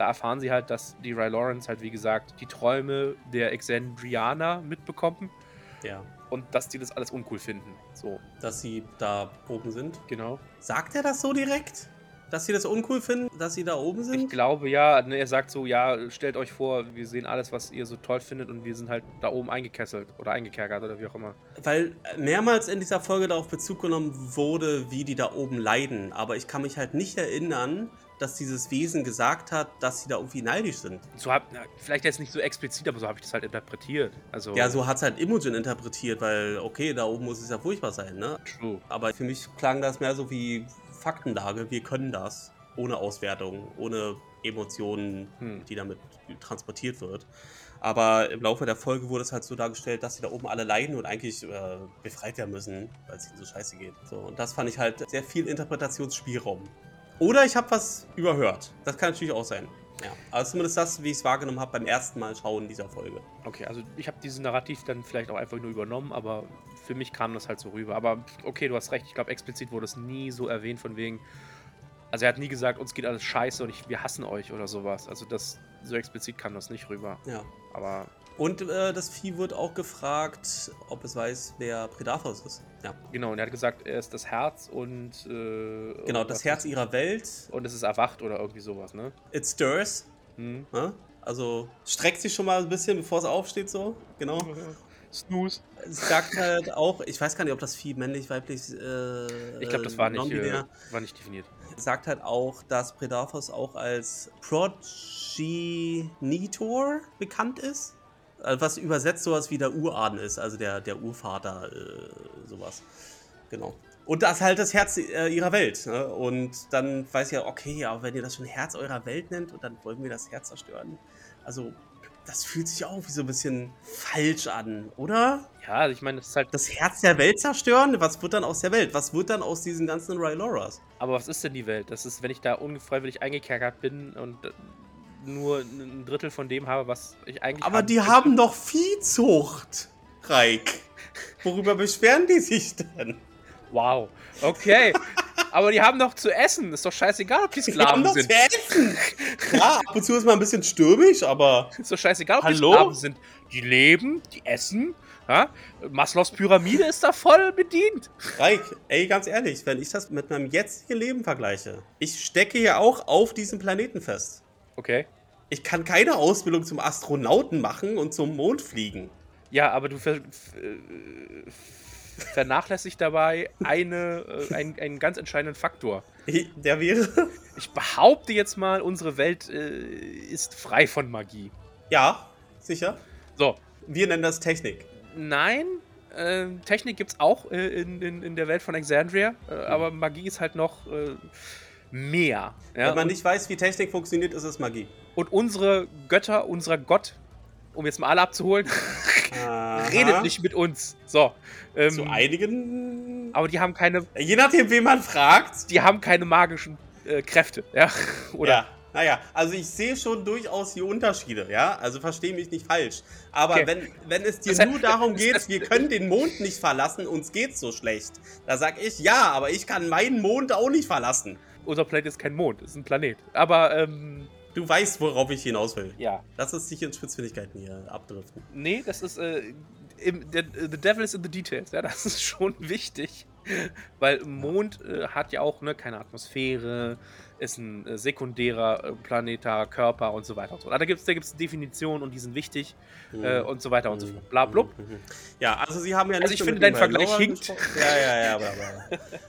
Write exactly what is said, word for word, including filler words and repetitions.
Da erfahren sie halt, dass die Rylorans halt, wie gesagt, die Träume der Exandrianer mitbekommen Ja. und dass die das alles uncool finden. So, Dass sie da oben sind. genau. Sagt er das so direkt? Dass sie das uncool finden, dass sie da oben Ich sind? glaube, ja. Ne, er sagt so: „Ja, stellt euch vor, wir sehen alles, was ihr so toll findet und wir sind halt da oben eingekesselt oder eingekerkert oder wie auch immer.“ Weil mehrmals in dieser Folge darauf Bezug genommen wurde, wie die da oben leiden. Aber ich kann mich halt nicht erinnern, dass dieses Wesen gesagt hat, dass sie da irgendwie neidisch sind. So hab na, vielleicht jetzt nicht so explizit, aber so habe ich das halt interpretiert. Also, Ja, so hat es halt Imogen interpretiert, weil, okay, da oben muss es ja furchtbar sein, ne? true. Aber für mich klang das mehr so wie Faktenlage, wir können das. Ohne Auswertung, ohne Emotionen, Hm. die damit transportiert wird. Aber im Laufe der Folge wurde es halt so dargestellt, dass sie da oben alle leiden und eigentlich äh, befreit werden müssen, weil es ihnen so scheiße geht. So, und das fand ich halt sehr viel Interpretationsspielraum. Oder ich habe was überhört. Das kann natürlich auch sein. Ja, aber zumindest das, wie ich es wahrgenommen habe beim ersten Mal schauen dieser Folge. Okay, also ich habe dieses Narrativ dann vielleicht auch einfach nur übernommen, aber für mich kam das halt so rüber. Aber okay, du hast recht, ich glaube, explizit wurde es nie so erwähnt von wegen. Also er hat nie gesagt, uns geht alles scheiße und ich, wir hassen euch oder sowas. Also das, so explizit kam das nicht rüber. Ja. Aber Und äh, das Vieh wird auch gefragt, ob es weiß, wer Predaphos ist. Ja. genau, und er hat gesagt, er ist das Herz und äh, Genau, irgendwas das Herz ist- ihrer Welt. und es ist erwacht oder irgendwie sowas, ne? It stirs. Hm. Ne? Also streckt sich schon mal ein bisschen, bevor es aufsteht, so. Genau. Snooze. Es sagt halt auch, ich weiß gar nicht, ob das Vieh männlich, weiblich, äh, Ich glaube, das war nicht, äh, non-binär. war nicht definiert. Sagt halt auch, dass Predaphos auch als Progenitor bekannt ist. Also was übersetzt sowas wie der Uraden ist, also der, der Urvater, äh, sowas. Genau. Und das ist halt das Herz äh, ihrer Welt. Ne? Und dann weiß ich ja, okay, aber wenn ihr das schon Herz eurer Welt nennt und dann wollen wir das Herz zerstören. Also, das fühlt sich auch wie so ein bisschen falsch an, oder? Ja, also ich meine, das ist halt. Das Herz der Welt zerstören? Was wird dann aus der Welt? Was wird dann aus diesen ganzen Ryloras? Aber was ist denn die Welt? Das ist, wenn ich da ungefreiwillig eingekerkert bin und äh, nur ein Drittel von dem habe, was ich eigentlich Aber haben die könnte. haben doch Viehzucht, Reik. Worüber beschweren die sich denn? Wow. Okay. Aber die haben doch zu essen. Ist doch scheißegal, ob die Die haben Sklaven doch sind. zu essen. Ja, ab und zu ist mal ein bisschen stürmisch, aber Ist doch scheißegal, ob Hallo? die Sklaven sind. Die leben, die essen. Ja? Maslows Pyramide ist da voll bedient. Reik, ey, ganz ehrlich, wenn ich das mit meinem jetzigen Leben vergleiche, ich stecke ja auch auf diesem Planeten fest. Okay. Ich kann keine Ausbildung zum Astronauten machen und zum Mond fliegen. Ja, aber du ver f- äh, vernachlässigt dabei eine, äh, einen, einen ganz entscheidenden Faktor. Ich- Der wäre. Ich behaupte jetzt mal, unsere Welt äh, ist frei von Magie. Ja, sicher. So, Wir nennen das Technik. nein, äh, Technik gibt's auch äh, in, in, in der Welt von Exandria, äh, aber Magie ist halt noch äh, mehr. Ja? Wenn man und, nicht weiß, wie Technik funktioniert, ist es Magie. und unsere Götter, unser Gott, um jetzt mal alle abzuholen, Aha. redet nicht mit uns. So, ähm, Zu einigen. aber die haben keine, Je nachdem, wen man fragt. die haben keine magischen äh, Kräfte, ja, oder? Ja, naja, also ich sehe schon durchaus die Unterschiede, ja? Also verstehe mich nicht falsch. Aber Okay. wenn, wenn es dir Das heißt- nur darum das geht, heißt- wir können den Mond nicht verlassen, uns geht's so schlecht, da sag ich, ja, aber ich kann meinen Mond auch nicht verlassen. Unser Planet ist kein Mond, ist ein Planet. Aber, ähm, Du weißt, worauf ich hinaus will. ja. Lass uns nicht in Spitzfindigkeiten hier abdriften. Nee, das ist, äh, im, der, the devil is in the details, ja, das ist schon wichtig. Weil Mond äh, hat ja auch, ne, keine Atmosphäre, ist ein äh, sekundärer äh, planetarer Körper und so weiter und so. Da gibt es da gibt's Definitionen und die sind wichtig äh, und so weiter und so fort. Bla blub. Ja, also sie haben ja nicht Also ich nur finde, mit dein den Vergleich Rylorans hinkt. gesprochen. Ja, ja, ja, bla, bla.